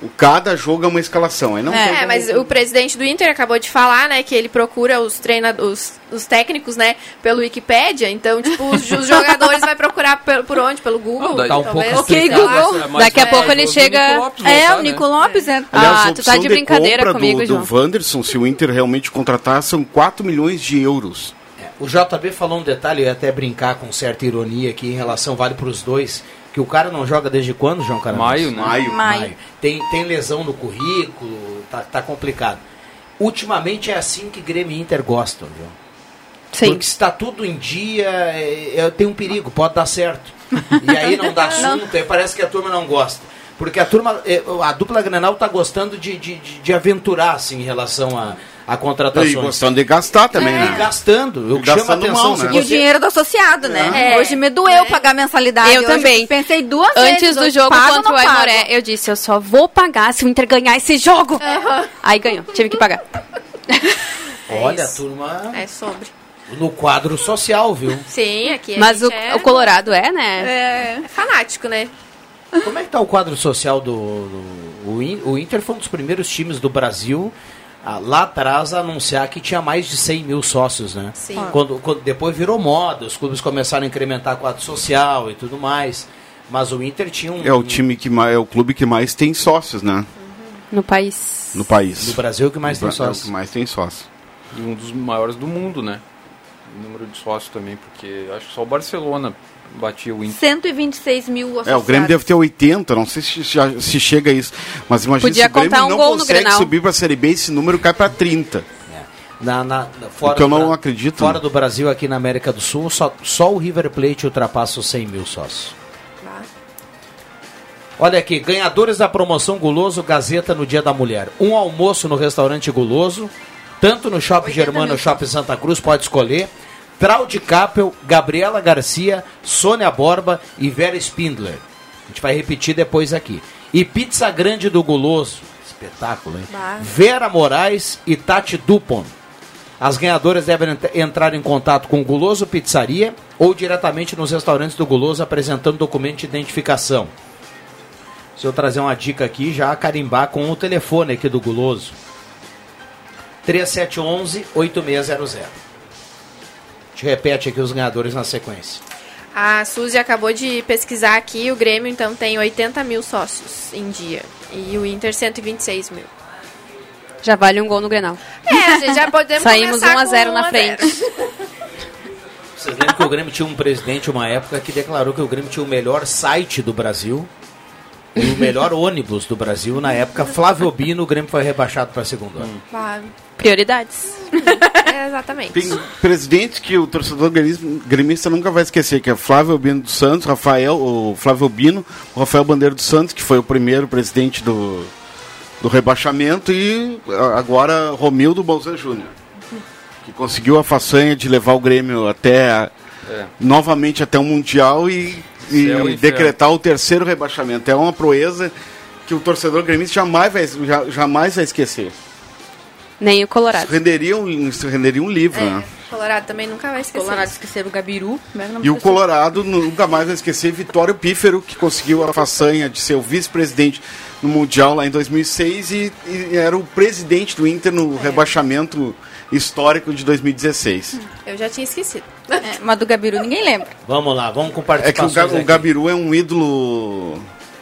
O cada jogo é uma escalação. Aí não é, tem mas como... o presidente do Inter acabou de falar, né, que ele procura os treinadores, os, os técnicos, né, pelo Wikipédia. Então, tipo, os, os jogadores vai procurar por, por onde? Pelo Google? Tá um pouco Ok, Google. Daqui a pouco ele chega... É, o Nico Lopes, é. Aliás, Ah, a tu tá opção de brincadeira compra comigo, do, João. do Wanderson, se o Inter realmente contratar, são quatro milhões de euros. O J B falou um detalhe, eu ia até brincar com certa ironia aqui em relação, vale para os dois, que o cara não joga desde quando, João Carlos? Maio, né? Maio. Maio. Tem, tem lesão no currículo, tá, tá complicado. Ultimamente é assim que Grêmio e Inter gostam, viu? Sim. Porque se tá tudo em dia, é, é, tem um perigo, pode dar certo. E aí não dá assunto, aí parece que a turma não gosta. Porque a turma, é, a dupla Grenal tá gostando de, de, de, de aventurar, assim, em relação a... a contratação. E gostando de gastar também, é, né? E gastando. O que chama atenção. Mal, né? E o dinheiro do associado, né? É. Hoje me doeu É. pagar mensalidade. Eu Hoje também. Pensei duas Antes vezes. do hoje jogo pago ou contra o não pago? Aimoré, eu disse, eu só vou pagar se o Inter ganhar esse jogo. Uhum. Aí ganhou, tive que pagar. Olha, a isso. turma É sobre. no quadro social, viu? Sim, aqui a Mas o, gente é, o Colorado é, né? é fanático, né? Como é que tá o quadro social do... do o, In, o Inter foi um dos primeiros times do Brasil a, lá atrás a anunciar que tinha mais de cem mil sócios, né? Sim. Quando, quando, depois virou moda, os clubes começaram a incrementar quadro social e tudo mais. Mas o Inter tinha um... É o time que mais, é o clube que mais tem sócios, né? No país. No país. No Brasil que mais No tem Bra- é o sócios. que mais tem sócios. E um dos maiores do mundo, né? O número de sócios também, porque acho que só o Barcelona batia o Inter. cento e vinte e seis mil associados. É, o Grêmio deve ter oitenta, não sei se, se, se chega a isso. Mas imagina Podia se o Grêmio contar um não gol no consegue Grenal. subir para a Série B, esse número cai para trinta. Na, na, fora O que eu do não Bra- acredito. Fora do Brasil, aqui na América do Sul, só, só o River Plate ultrapassa os cem mil sócios. Ah. Olha aqui, ganhadores da promoção Guloso Gazeta no Dia da Mulher. Um almoço no restaurante Guloso, tanto no Shopping Germano, no Shopping Santa Cruz, pode escolher. Traude Capel, Gabriela Garcia, Sônia Borba e Vera Spindler. A gente vai repetir depois aqui. E pizza grande do Guloso. Espetáculo, hein? Bah. Vera Moraes e Tati Dupont. As ganhadoras devem ent- entrar em contato com o Guloso Pizzaria ou diretamente nos restaurantes do Guloso apresentando documento de identificação. Se eu trazer uma dica aqui, já carimbar com o telefone aqui do Guloso. três sete um um, oito seis zero zero. A gente repete aqui os ganhadores na sequência. A Suzy acabou de pesquisar aqui, o Grêmio então tem oitenta mil sócios em dia. E o Inter cento e vinte e seis mil. Já vale um gol no Grenal. É, a gente já podemos Saímos começar um a zero com na um a frente. Vocês lembram que o Grêmio tinha um presidente, uma época, que declarou que o Grêmio tinha o melhor site do Brasil e o melhor ônibus do Brasil. Na época, Flávio Bino, o Grêmio foi rebaixado para a segunda. Ah, Prioridades. é, exatamente. Tem presidentes que o torcedor gremista- gremista nunca vai esquecer, que é Flávio Bino dos Santos, Rafael, o Flávio Bino, o Rafael Bandeira dos Santos, que foi o primeiro presidente do, do rebaixamento, e a- agora Romildo Bolzan Júnior, que conseguiu a façanha de levar o Grêmio até a- É. novamente até o Mundial e, e Céu e decretar o terceiro rebaixamento. É uma proeza que o torcedor gremista jamais vai, já- jamais vai esquecer. Nem o Colorado. Isso renderia um, isso renderia um livro, né? Colorado também nunca vai esquecer. Colorado esqueceram o Gabiru. E o Colorado Nunca mais vai esquecer Vitório Pífero, que conseguiu a façanha de ser o vice-presidente no Mundial lá em dois mil e seis e, e era o presidente do Inter no rebaixamento histórico de dois mil e dezesseis. Eu já tinha esquecido. É, mas do Gabiru ninguém lembra. Vamos lá, vamos com É que o, participações Ga- o aqui. Gabiru é um ídolo...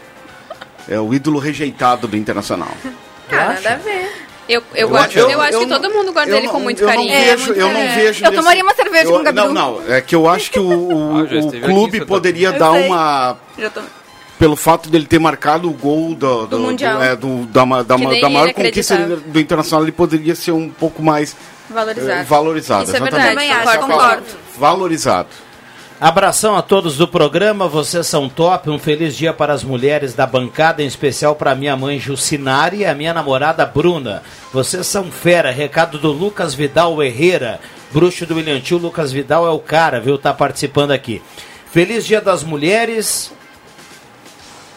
É o ídolo rejeitado do Internacional. Ah, nada a ver. Eu, eu, Eu gosto, acho- eu, eu- acho eu que não- todo mundo gosta eu dele não- com muito eu não carinho. vejo- eu não vejo Eu tomaria uma cerveja eu- com o Gabiru. Não, não, é que eu acho que o, o- Ah, já o esteve clube aqui, poderia Eu dar sei. uma... Já tô... Pelo fato dele ter marcado o gol do, do, Mundial. do- é, do- da, ma- da, Que ma- nem da maior ele conquista acreditava. do Internacional, ele poderia ser um pouco mais Valorizado. eh, valorizado. Isso é exatamente. verdade, Também acho, concordo. concordo. Valorizado. Abração a todos do programa, vocês são top. Um feliz dia para as mulheres da bancada, em especial para minha mãe Jucinari e a minha namorada Bruna. Vocês são fera. Recado do Lucas Vidal Herrera, bruxo do William Tio. Lucas Vidal é o cara, viu? Tá participando aqui. Feliz dia das mulheres.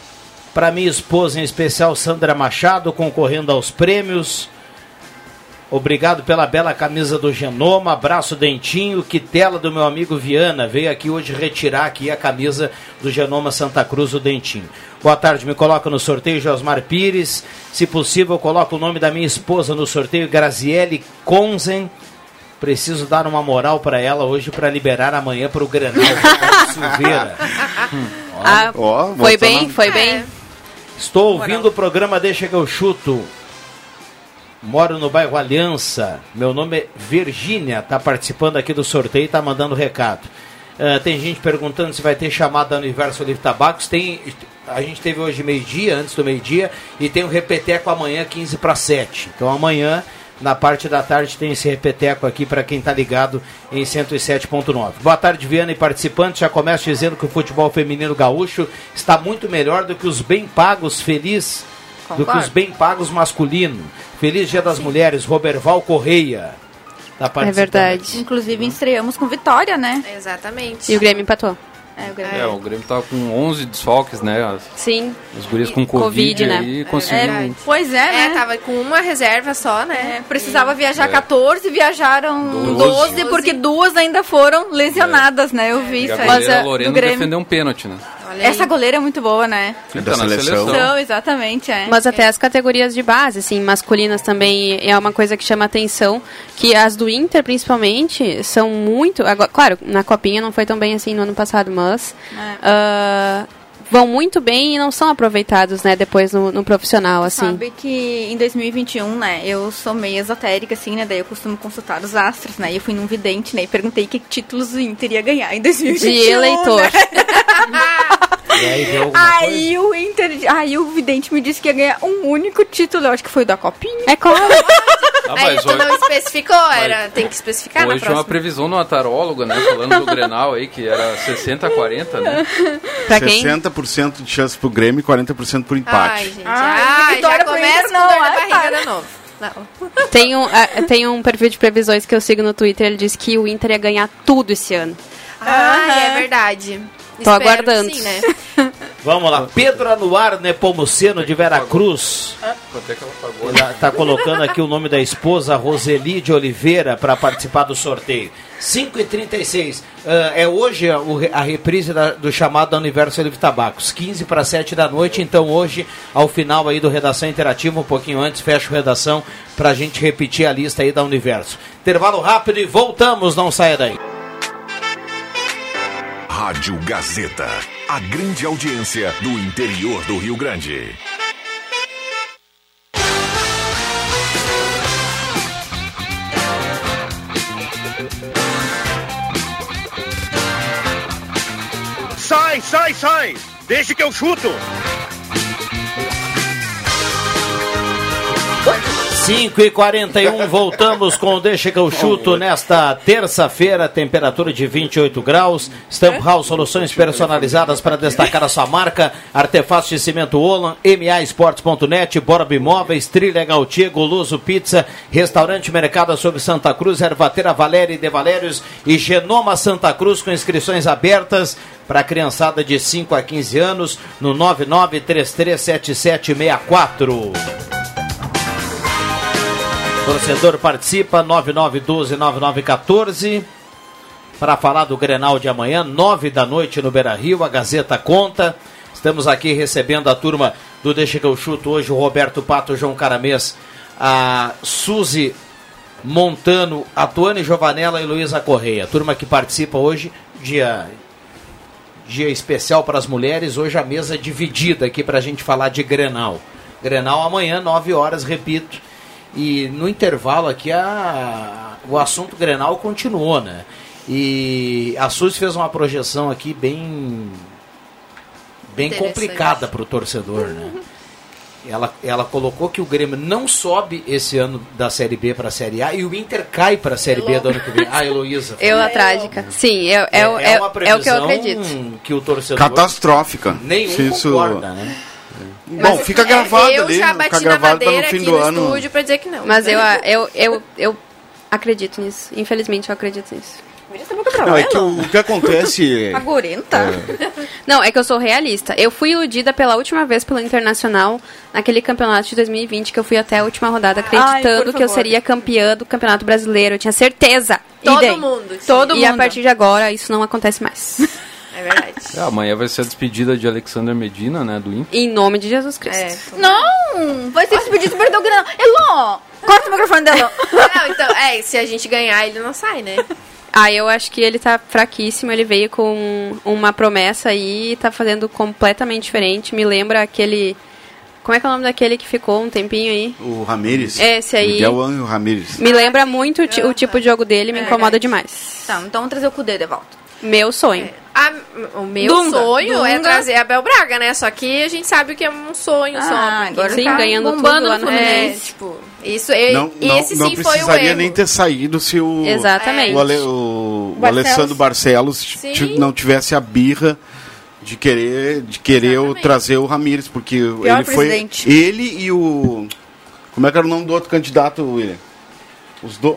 Para minha esposa, em especial Sandra Machado, concorrendo aos prêmios. Obrigado pela bela camisa do Genoma, abraço Dentinho, que tela do meu amigo Viana, veio aqui hoje retirar aqui a camisa do Genoma Santa Cruz, o Dentinho. Boa tarde, me coloca no sorteio Josmar Pires, se possível coloca o nome da minha esposa no sorteio, Graziele Konzen, preciso dar uma moral para ela hoje para liberar amanhã para o Grenal, Silveira. Hum. Ah, oh, foi bem, na... foi bem. É. Estou ouvindo moral. O programa Deixa que eu chuto. Moro no bairro Aliança. Meu nome é Virgínia. Está participando aqui do sorteio e está mandando recado. Uh, tem gente perguntando se vai ter chamada da Universo Livre Tabacos. Tem, a gente teve hoje meio-dia, antes do meio-dia, e tem um repeteco amanhã, quinze para sete. Então amanhã, na parte da tarde, tem esse repeteco aqui para quem está ligado em cento e sete ponto nove. Boa tarde, Viana e participantes. Já começo dizendo que o futebol feminino gaúcho está muito melhor do que os bem pagos, feliz, Concordo. do que os bem pagos masculinos. Feliz Dia das Sim. Mulheres, Roberval Correia. Tá é verdade. Inclusive, estreamos com vitória, né? Exatamente. E o Grêmio empatou. É, o Grêmio, é, o Grêmio tava com onze desfalques, né? As, Sim. Os guris com Covid, COVID né? E conseguiram... É, pois é, né? É, tava com uma reserva só, né? É, precisava e... viajar é. catorze, viajaram doze, doze, porque duas ainda foram lesionadas, é. né? Eu vi e isso a aí. Mas a Lorena defendeu um pênalti, né? Essa goleira é muito boa, né? É da seleção. Não, exatamente, é. Mas até as categorias de base, assim, masculinas também é uma coisa que chama atenção, que as do Inter, principalmente, são muito... Agora, claro, na Copinha não foi tão bem assim no ano passado, mas... É. Uh, vão muito bem e não são aproveitados, né, depois no, no profissional, assim. Sabe que em dois mil e vinte e um, né, eu sou meio esotérica, assim, né, daí eu costumo consultar os astros, né, e eu fui num vidente, né, e perguntei que títulos o Inter ia ganhar em dois mil e vinte e um, de eleitor. Né? E aí deu aí o Inter, aí o vidente me disse que ia ganhar um único título, eu acho que foi o da Copinha. É claro. Ah, aí tu hoje... não especificou, era, tem que especificar hoje na próxima. Uma previsão no tarólogo, né, falando do Grenal aí, que era sessenta a quarenta, né? Pra quem? sessenta por cento de chance pro Grêmio e quarenta por cento pro empate. Ai, gente, ah, ah, já começa com dor na barriga de novo. Não. Tem um, uh, tem um perfil de previsões que eu sigo no Twitter, ele diz que o Inter ia ganhar tudo esse ano. Ah, ah é verdade. Tô Espero aguardando. Sim, né? Vamos lá, Pedro Anuar Nepomuceno de Veracruz. Quanto é que ela pagou? Ela tá colocando aqui o nome da esposa, Roseli de Oliveira, para participar do sorteio. cinco e trinta e seis. Uh, é hoje a, a reprise da, do chamado da Universo Livre Tabacos. quinze para sete da noite. Então hoje, ao final aí do Redação Interativa, um pouquinho antes, fecho Redação para a gente repetir a lista aí da Universo. Intervalo rápido e voltamos, não saia daí. Rádio Gazeta, a grande audiência do interior do Rio Grande. Sai, sai, sai! Deixa que eu chuto! cinco e quarenta e um, voltamos com o Deixa que eu chuto nesta terça-feira, temperatura de vinte e oito graus. Stamp House, soluções personalizadas para destacar a sua marca. Artefatos de cimento Olan, M A Esportes ponto net, Borba Imóveis, Trilegal Tia, Goloso Pizza, Restaurante Mercado Açougue Santa Cruz, Ervateira Valéria e De Valérios e Genoma Santa Cruz com inscrições abertas para a criançada de cinco a quinze anos no nove nove três três sete sete seis quatro. Torcedor participa, nove nove um dois nove nove um quatro, para falar do Grenal de amanhã, nove da noite no Beira-Rio, a Gazeta conta. Estamos aqui recebendo a turma do Deixa que eu chuto hoje, o Roberto Pato, o João Caramês, a Suzy Montano, a Tuane Giovanella e Luísa Correia. A turma que participa hoje, dia, dia especial para as mulheres, hoje a mesa dividida aqui para a gente falar de Grenal. Grenal amanhã, nove horas, repito. E no intervalo aqui a, o assunto Grenal continuou, né? E a Suzy fez uma projeção aqui bem, bem complicada para o torcedor, né? Ela, ela colocou que o Grêmio não sobe esse ano da Série B para a Série A e o Inter cai para a Série B do ano que vem. Ah, Heloísa. Eu a trágica. Sim, eu, é, eu, é, é, uma previsão é o que eu acredito. Que o torcedor catastrófica. Nenhum isso... concorda, né? Bom, fica gravado eu ali, já bati fica gravado na para no fim aqui do no ano. Estúdio pra dizer que não. Mas eu, eu, eu, eu acredito nisso. Infelizmente, eu acredito nisso. Não, é que o, o que acontece... Agorenta? É, Não, é que eu sou realista. Eu fui iludida pela última vez pelo Internacional naquele campeonato de dois mil e vinte, que eu fui até a última rodada acreditando Ai, que eu seria campeã do Campeonato Brasileiro. Eu tinha certeza. Todo Idem. mundo. Todo E mundo. a partir de agora, isso não acontece mais. É verdade. É, amanhã vai ser a despedida de Alexander Medina, né, do Inter. Em nome de Jesus Cristo. É. Não! Vai ser despedido perder o Grenal. Elô! Corta o microfone dela. Não, então, é, se a gente ganhar, ele não sai, né? Ah, eu acho que ele tá fraquíssimo. Ele veio com uma promessa aí e tá fazendo completamente diferente. Me lembra aquele... Como é que é o nome daquele que ficou um tempinho aí? O Ramírez. Esse aí. Miguel Ángel Ramírez. Me lembra muito o, ti- o tipo de jogo dele, me É incomoda verdade. demais. Tá, então vamos trazer o Cudê de volta. Meu sonho. A- o meu Dunga, sonho é Dunga. trazer a Bel Braga, né? Só que a gente sabe o que é um sonho Ah, só. porque- agora Sim, tá ganhando bombando tudo lá no no É, Fluminense. tipo, isso, e, Não, não, esse não sim foi o precisaria erro. nem ter saído se o, Exatamente. o, Ale- o- o Barcelos. Alessandro Barcelos Sim. t- não tivesse a birra de querer, de querer o, trazer o Ramírez, porque ele foi presidente. ele e o como é que era o nome do outro candidato, William? Os do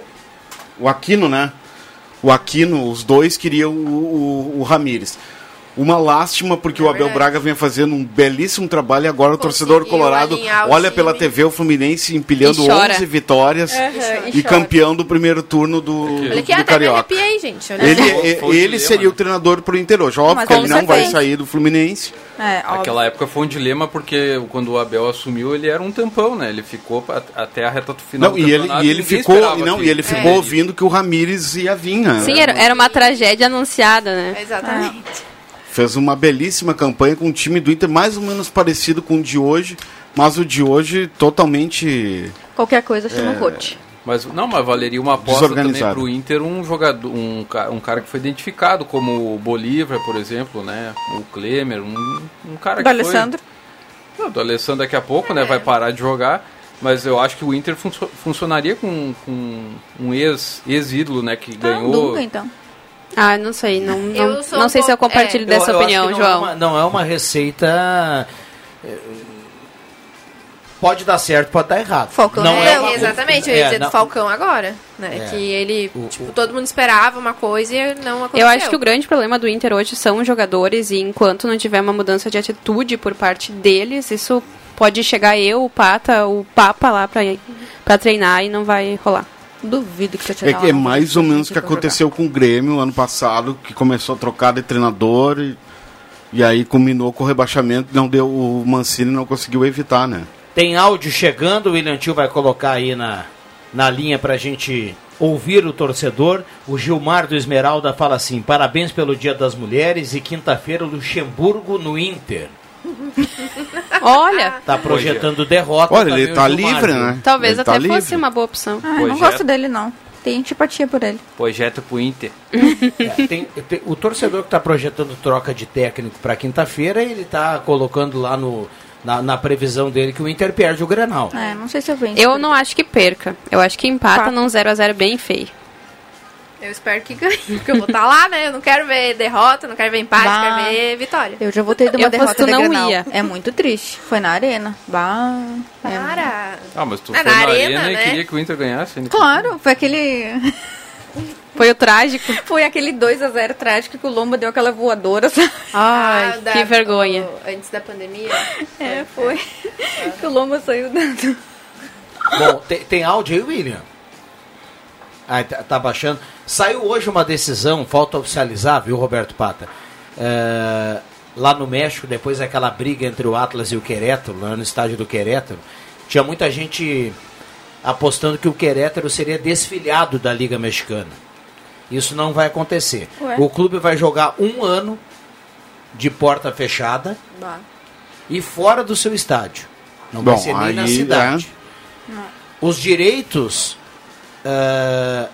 o Aquino, né? O Aquino, os dois queriam o, o, o Ramírez. Uma lástima, porque É o Abel verdade. Braga vem fazendo um belíssimo trabalho e agora o Conseguiu torcedor colorado alinhar o olha time. pela T V o Fluminense empilhando E chora. onze vitórias e e chora. campeão do primeiro turno do, Olha que do até me Carioca. arrepiei, gente. Olha Ele, só. e- Foi o ele dilema, seria o né? treinador pro Inter hoje. Óbvio Mas que ele com não vai certeza. sair do Fluminense. É, óbvio. Naquela época foi um dilema porque quando o Abel assumiu ele era um tampão, né? Ele ficou a- até a reta final Não, do e ele, campeonato e ele ninguém ficou, esperava não, que- e ele ficou É. ouvindo que o Ramírez ia vir. Né? Sim, era, era uma tragédia anunciada, né? Exatamente. Fez uma belíssima campanha com um time do Inter mais ou menos parecido com o de hoje, mas o de hoje totalmente Qualquer coisa chama É. o coach. Mas não, mas valeria uma aposta também Desorganizado. pro Inter um jogador, um, ca- um cara que foi identificado como o Bolívar, por exemplo, né? O Klemer, um, um cara Do que Alessandro. foi... Não, do Alessandro daqui a pouco, né? Vai parar de jogar. Mas eu acho que o Inter funcio- funcionaria com, com um ex, ex-ídolo, né? Que Tá, ganhou... Dunga, então. Ah, não sei. Não, não, Eu sou não um sei se eu pouco- compartilho é. dessa Eu- eu acho opinião, que não João. É uma, não é uma receita. eh, Pode dar certo, pode dar errado. Falcão não é é uma, Exatamente, eu ia é, dizer não- do Falcão agora. Né? É. Que ele, O- tipo, o- todo mundo esperava uma coisa e não aconteceu. Eu acho que o grande problema do Inter hoje são os jogadores e enquanto não tiver uma mudança de atitude por parte deles, isso pode chegar eu, o Pata, o Papa lá pra, pra treinar e não vai rolar. Duvido que você É, chegar que lá, é não mais vai ou menos o que pra jogar. aconteceu com o Grêmio ano passado, que começou a trocar de treinador e, e aí culminou com o rebaixamento, não deu, o Mancini não conseguiu evitar, né? Tem áudio chegando, o William Tio vai colocar aí na, na linha pra gente ouvir o torcedor. O Gilmar do Esmeralda fala assim: parabéns pelo Dia das Mulheres e quinta-feira Luxemburgo no Inter. Olha, Tá projetando derrota. Olha, também ele o tá Gilmar, livre, viu? né? talvez Ele até tá fosse livre. uma boa opção. Ah, eu não Projeto. gosto dele, não. Tem antipatia por ele. Projeto pro Inter. É, tem- tem- o torcedor que está projetando troca de técnico para quinta-feira, ele está colocando lá no, na, na previsão dele que o Inter perde o Grenal. É, não sei se eu venho. Eu não acho que perca. Eu acho que empata Empata. num zero a zero bem feio. Eu espero que ganhe, porque eu vou estar lá, né? Eu não quero ver derrota, não quero ver empate, Bah. quero ver vitória. Eu já voltei de uma Eu fosse derrota tu de não Grenal. ia. É muito triste. Foi na arena. Bah. É- Para! Ah, mas tu É, foi na na arena, arena, né? e queria que o Inter ganhasse. né? Claro, foi aquele. Foi o trágico. Foi aquele dois a zero trágico que o Lomba deu aquela voadora, sabe? Ai, Ah, da- que vergonha. o- antes da pandemia. É, foi. Que o Lomba saiu dando. Bom, tem, tem áudio aí, William? Ah, tá, tá baixando. Saiu hoje uma decisão, falta oficializar, viu, Roberto Pata? É, lá no México, depois daquela briga entre o Atlas e o Querétaro, lá no estádio do Querétaro, tinha muita gente apostando que o Querétaro seria desfiliado da Liga Mexicana. Isso não vai acontecer. Ué? O clube vai jogar um ano de porta fechada Bah. e fora do seu estádio. Não Bom, vai ser nem na aí, cidade. Os direitos ah,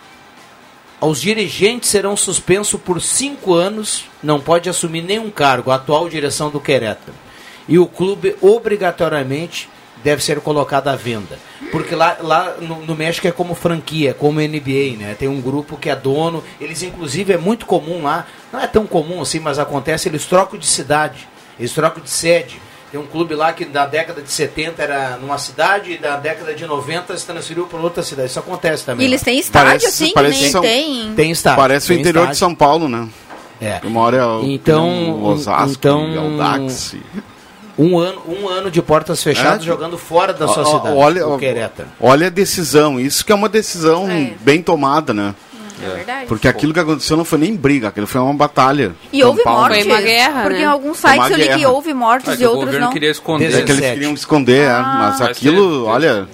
aos dirigentes serão suspensos por cinco anos, não pode assumir nenhum cargo, a atual direção do Querétaro. E o clube obrigatoriamente deve ser colocado à venda. Porque lá, lá no, no México é como franquia, como N B A, né? Tem um grupo que é dono, eles inclusive é muito comum lá, não é tão comum assim, mas acontece, eles trocam de cidade, eles trocam de sede. Tem um clube lá que na década de setenta era numa cidade e na década de noventa se transferiu para outra cidade. Isso acontece também. E eles lá. têm estádio, Parece- assim, parece que nem São- tem. Tem estádio. Parece o tem interior de estádio. São Paulo, né? É. Uma hora é o, então, o Osasco, então, e o Dax. Um ano, um ano de portas fechadas é? jogando fora da sua o, cidade, olha, o Querétaro. Olha a decisão, isso que é uma decisão é. bem tomada, né? É verdade. Porque aquilo que aconteceu não foi nem briga, aquilo foi uma batalha. E houve mortes. Foi uma guerra, Porque né? em alguns sites eu li que houve mortes ah, e outros não. O governo queria esconder. É que eles queriam esconder, ah. é, mas aquilo, olha...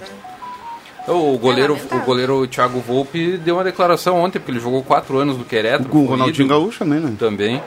O goleiro, é o goleiro Thiago Volpe deu uma declaração ontem, porque ele jogou quatro anos no Querétaro. Com o Ronaldinho Gaúcho também, né? Também.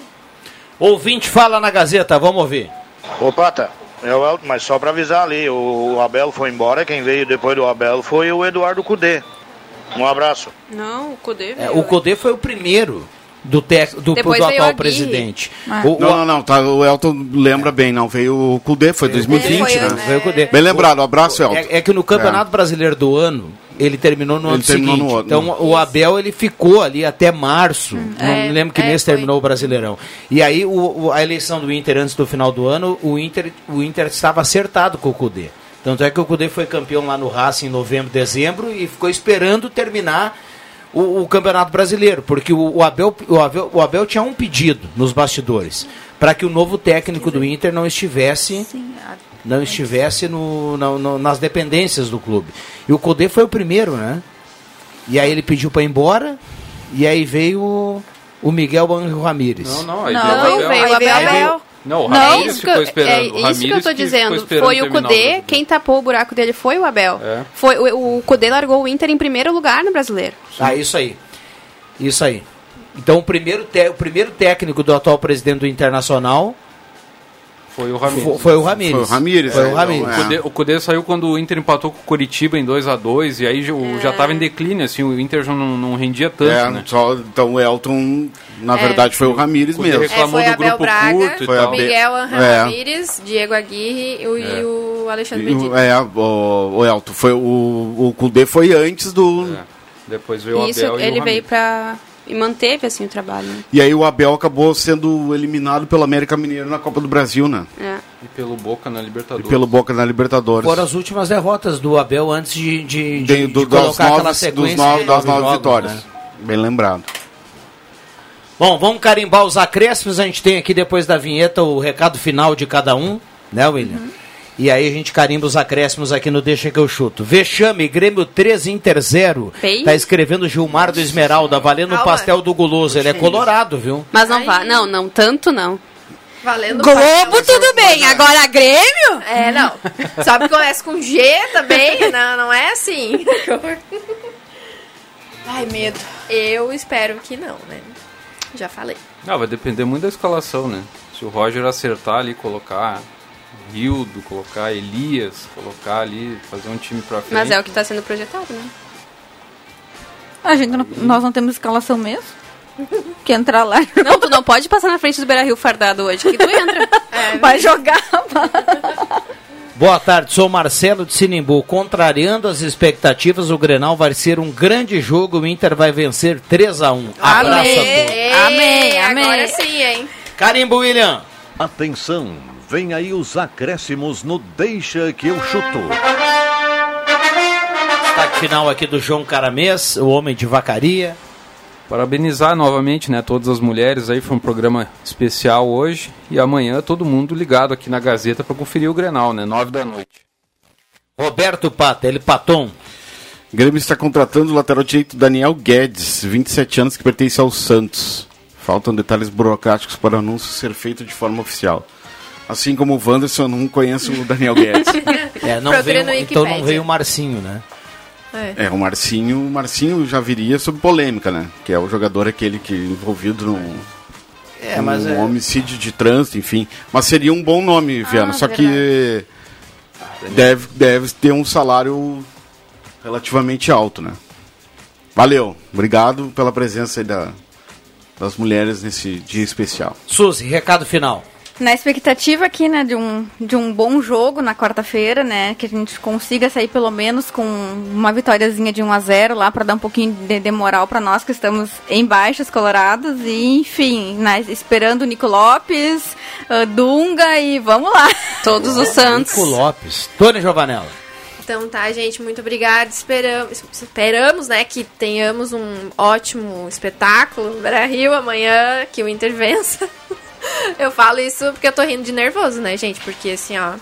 Ouvinte fala na Gazeta, vamos ouvir. Ô, Pata, é o Elton, mas só pra avisar ali, o Abel foi embora, quem veio depois do Abel foi o Eduardo Cudê. Um abraço. Não, o Cudê é, O Cudê foi o primeiro do, tec, do, do atual presidente. Ah. O, não, não, não, tá, o Elton lembra é. bem, não, veio o Cudê, foi dois mil e vinte, foi, né? Veio o Cudê. Bem lembrado, um abraço, Elton. É, é que no Campeonato é. Brasileiro do ano, ele terminou no ele ano terminou seguinte. No ano. Então o Abel, ele ficou ali até março, hum. não é, me lembro que é, mês foi. terminou o Brasileirão. E aí o, o, a eleição do Inter antes do final do ano, o Inter, o Inter estava acertado com o Cudê. Tanto é que o Cudê foi campeão lá no Racing em novembro, dezembro e ficou esperando terminar o, o Campeonato Brasileiro, porque o, o, Abel, o, Abel, o Abel tinha um pedido nos bastidores, para que o novo técnico do Inter não estivesse, não estivesse no, no, no, nas dependências do clube. E o Cudê foi o primeiro, né? E aí ele pediu para ir embora, e aí veio o, o Miguel Ángel Ramírez. Não, não, aí não, veio, veio, veio o Abel. Veio, Não, o Ramírez ficou esperando. É, é isso que eu tô dizendo. Foi o Cudê, o quem tapou o buraco dele foi o Abel. É. Foi, o, o Cudê largou o Inter em primeiro lugar no Brasileiro. Ah, isso aí. Isso aí. Então o primeiro, te, o primeiro técnico do atual presidente do Internacional foi o Ramírez. Foi, foi o Ramírez. Foi o Ramírez. Foi o Ramírez. É. O, Cudê, o Cudê saiu quando o Inter empatou com o Curitiba em dois a dois e aí é. já estava em declínio, assim, o Inter já não, não rendia tanto, é, né? Só, então o Elton, na é. verdade, foi o Ramírez mesmo. Reclamou é, foi do grupo Braga, curto e foi tal. Miguel Ángel é. Ramírez, Diego Aguirre e o, é. e o Alexandre Medina. É, o, o Elton, foi, o, o Cudê foi antes do... É. Depois veio o Isso, Abel e ele o veio pra... E manteve, assim, o trabalho. Né? E aí o Abel acabou sendo eliminado pelo América Mineiro na Copa do Brasil, né? É. E pelo Boca na Libertadores. E pelo Boca na Libertadores. Foram as últimas derrotas do Abel antes de, de, de, de, do, de colocar nove, aquela sequência dos nove, de das nove jogos, vitórias. Né? Bem lembrado. Bom, vamos carimbar os acréscimos. A gente tem aqui, depois da vinheta, o recado final de cada um, né, William? Uhum. E aí a gente carimba os acréscimos aqui no Deixa que eu chuto. Vexame, Grêmio três, Inter zero. Tá escrevendo Gilmar do Esmeralda, valendo o um pastel do Guloso. Ele é colorado, viu? Mas não vai, não, não, tanto não. Valendo Globo, tudo bem. Agora Grêmio? É, não. Sabe que começa com G também? Não, não é assim. Ai, medo. Eu espero que não, né? Já falei. Não, vai depender muito da escalação, né? Se o Roger acertar ali, colocar Rildo, colocar Elias, colocar ali, fazer um time pra frente. Mas é o que tá sendo projetado, né? A gente não, nós não temos escalação mesmo? Que entrar lá. Não, tu não pode passar na frente do Beira-Rio fardado hoje, que tu entra. É, vai jogar. Boa tarde, sou Marcelo de Sinimbu. Contrariando as expectativas, o Grenal vai ser um grande jogo. O Inter vai vencer três a um. Abraço a todos. Amém, amém. Agora sim, hein? Carimbo, William. Atenção, vem aí os acréscimos no Deixa que eu chuto. Destaque final aqui do João Caramês, o homem de vacaria. Parabenizar novamente, né, todas as mulheres aí, foi um programa especial hoje e amanhã todo mundo ligado aqui na Gazeta para conferir o Grenal, né, nove da noite. Roberto Pata, ele Paton. O Grêmio está contratando o lateral direito Daniel Guedes, vinte e sete anos, que pertence ao Santos. Faltam detalhes burocráticos para o anúncio ser feito de forma oficial. Assim como o Wanderson, eu não conheço o Daniel Guedes. É, não veio, então não veio o Marcinho, né? É. é, o Marcinho, o Marcinho já viria sob polêmica, né? Que é o jogador aquele que envolvido num, é, mas num é... homicídio de trânsito, enfim. Mas seria um bom nome, Viana, ah, só verdade. que deve, deve ter um salário relativamente alto, né? Valeu, obrigado pela presença aí da, das mulheres nesse dia especial. Suzy, recado final. Na expectativa aqui, né, de um, de um bom jogo na quarta-feira, né, que a gente consiga sair pelo menos com uma vitóriazinha de um a zero lá, para dar um pouquinho de, de moral para nós que estamos em baixos colorados, e enfim, né, esperando o Nico Lopes, uh, Dunga e vamos lá. Todos os Santos. Nico Lopes. Tony Giovanella. Então tá, gente, muito obrigada. Esperamos, esperamos, né, que tenhamos um ótimo espetáculo no Beira-Rio amanhã, que o Inter vença. Eu falo isso porque eu tô rindo de nervoso, né, gente? Porque assim, ó...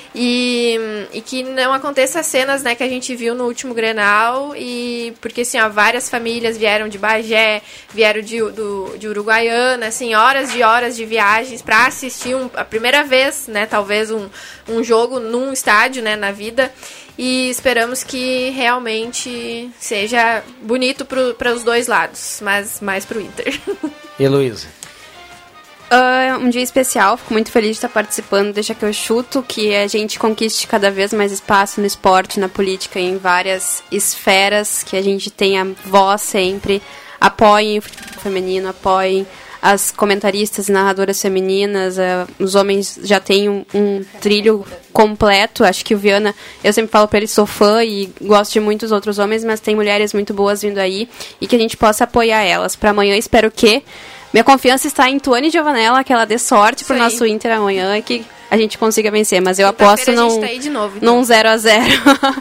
E, e que não aconteça as cenas, né, que a gente viu no último Grenal, e porque assim, ó, várias famílias vieram de Bagé, vieram de, do, de Uruguaiana, assim, horas e horas de viagens para assistir um, a primeira vez, né, talvez um, um jogo num estádio, né, na vida, e esperamos que realmente seja bonito para os dois lados, mas mais pro Inter. Heloísa. Uh, um dia especial, fico muito feliz de estar participando. Deixa que eu chuto que a gente conquiste cada vez mais espaço no esporte, na política, em várias esferas, que a gente tenha voz sempre. Apoiem o futebol feminino, apoiem as comentaristas e narradoras femininas. Uh, os homens já têm um, um trilho completo. Acho que o Viana, eu sempre falo pra ele, sou fã e gosto de muitos outros homens, mas tem mulheres muito boas vindo aí e que a gente possa apoiar elas. Para amanhã, espero que minha confiança está em Tuane Giovanella, que ela dê sorte pro nosso Inter amanhã e que a gente consiga vencer. Mas eu aposto num, tá de novo, então. num zero a zero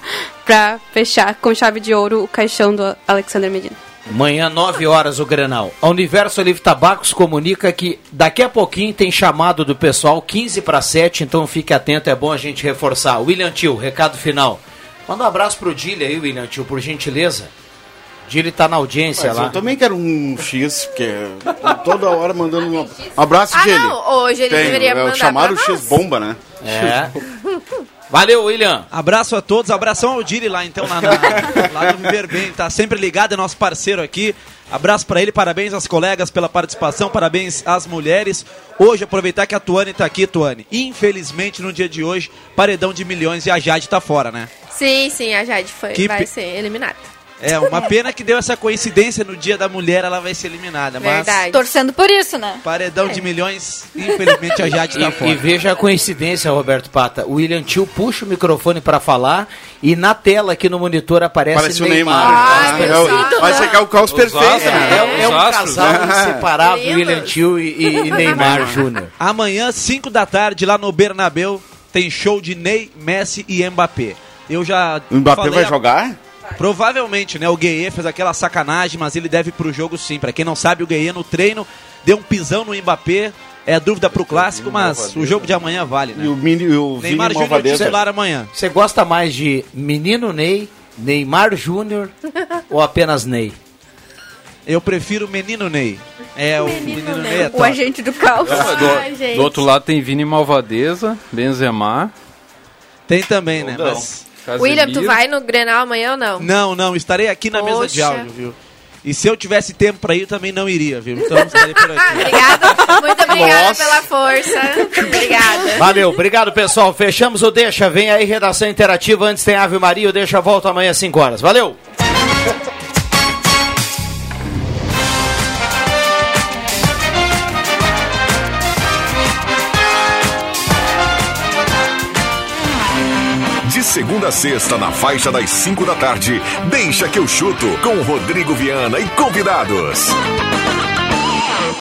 pra fechar com chave de ouro o caixão do Alexandre Medina. Amanhã, nove horas, o Grenal. A Universo Livre Tabacos comunica que daqui a pouquinho tem chamado do pessoal, quinze para sete, então fique atento, é bom a gente reforçar. William Tio, recado final. Manda um abraço pro Dile aí, William Tio, por gentileza. Dile tá na audiência. Mas lá. Eu também quero um X, porque toda hora mandando um abraço, ah, Dile. Não, hoje ele tem, deveria mandar. Chamaram o X-Bomba, né? É. Valeu, William. Abraço a todos, abração ao Dile lá, então, lá, na, lá no Viver Bem, tá sempre ligado, é nosso parceiro aqui. Abraço pra ele, parabéns aos colegas pela participação, parabéns às mulheres. Hoje, aproveitar que a Tuane tá aqui, Tuane. Infelizmente, no dia de hoje, paredão de milhões e a Jade tá fora, né? Sim, sim, a Jade foi, que vai pe... ser eliminada. É, uma pena que deu essa coincidência no dia da mulher, ela vai ser eliminada. Verdade. Mas torcendo por isso, né? Paredão é. de milhões, infelizmente a Jade tá e, fora. E veja a coincidência, Roberto Pata. O William Tio puxa o microfone para falar e na tela aqui no monitor aparece Parece Neymar. o Neymar. Ah, é o, vai ser o caos perfeito. É, é, é um casal inseparável, William Tio e, e Neymar Júnior. Amanhã, cinco da tarde, lá no Bernabéu, tem show de Ney, Messi e Mbappé. Eu já O Mbappé falei vai a... jogar? Provavelmente, né? O Gueye fez aquela sacanagem, mas ele deve ir pro jogo sim. Pra quem não sabe, o Gueye no treino deu um pisão no Mbappé. É dúvida pro clássico, mas o jogo de amanhã vale, né? E o, mini, o Neymar Júnior titular amanhã. Você gosta mais de Menino Ney, Neymar Júnior ou apenas Ney? Eu prefiro Menino Ney. É, o Menino, menino Ney é o agente do caos. Não, do, Ai, do outro lado tem Vini Malvadeza, Benzema. Tem também, né? Mas... William, tu vai no Grenal amanhã ou não? Não, não, estarei aqui na Poxa. mesa de áudio, viu? E se eu tivesse tempo pra ir, eu também não iria, viu? Então estarei por aqui. Obrigada, muito obrigada Nossa. pela força. Obrigada. Valeu, obrigado pessoal. Fechamos o Deixa. Vem aí, redação interativa. Antes tem Ave Maria, o Deixa volta amanhã às cinco horas. Valeu! De segunda a sexta, na faixa das cinco da tarde, Deixa que eu chuto, com Rodrigo Viana e convidados.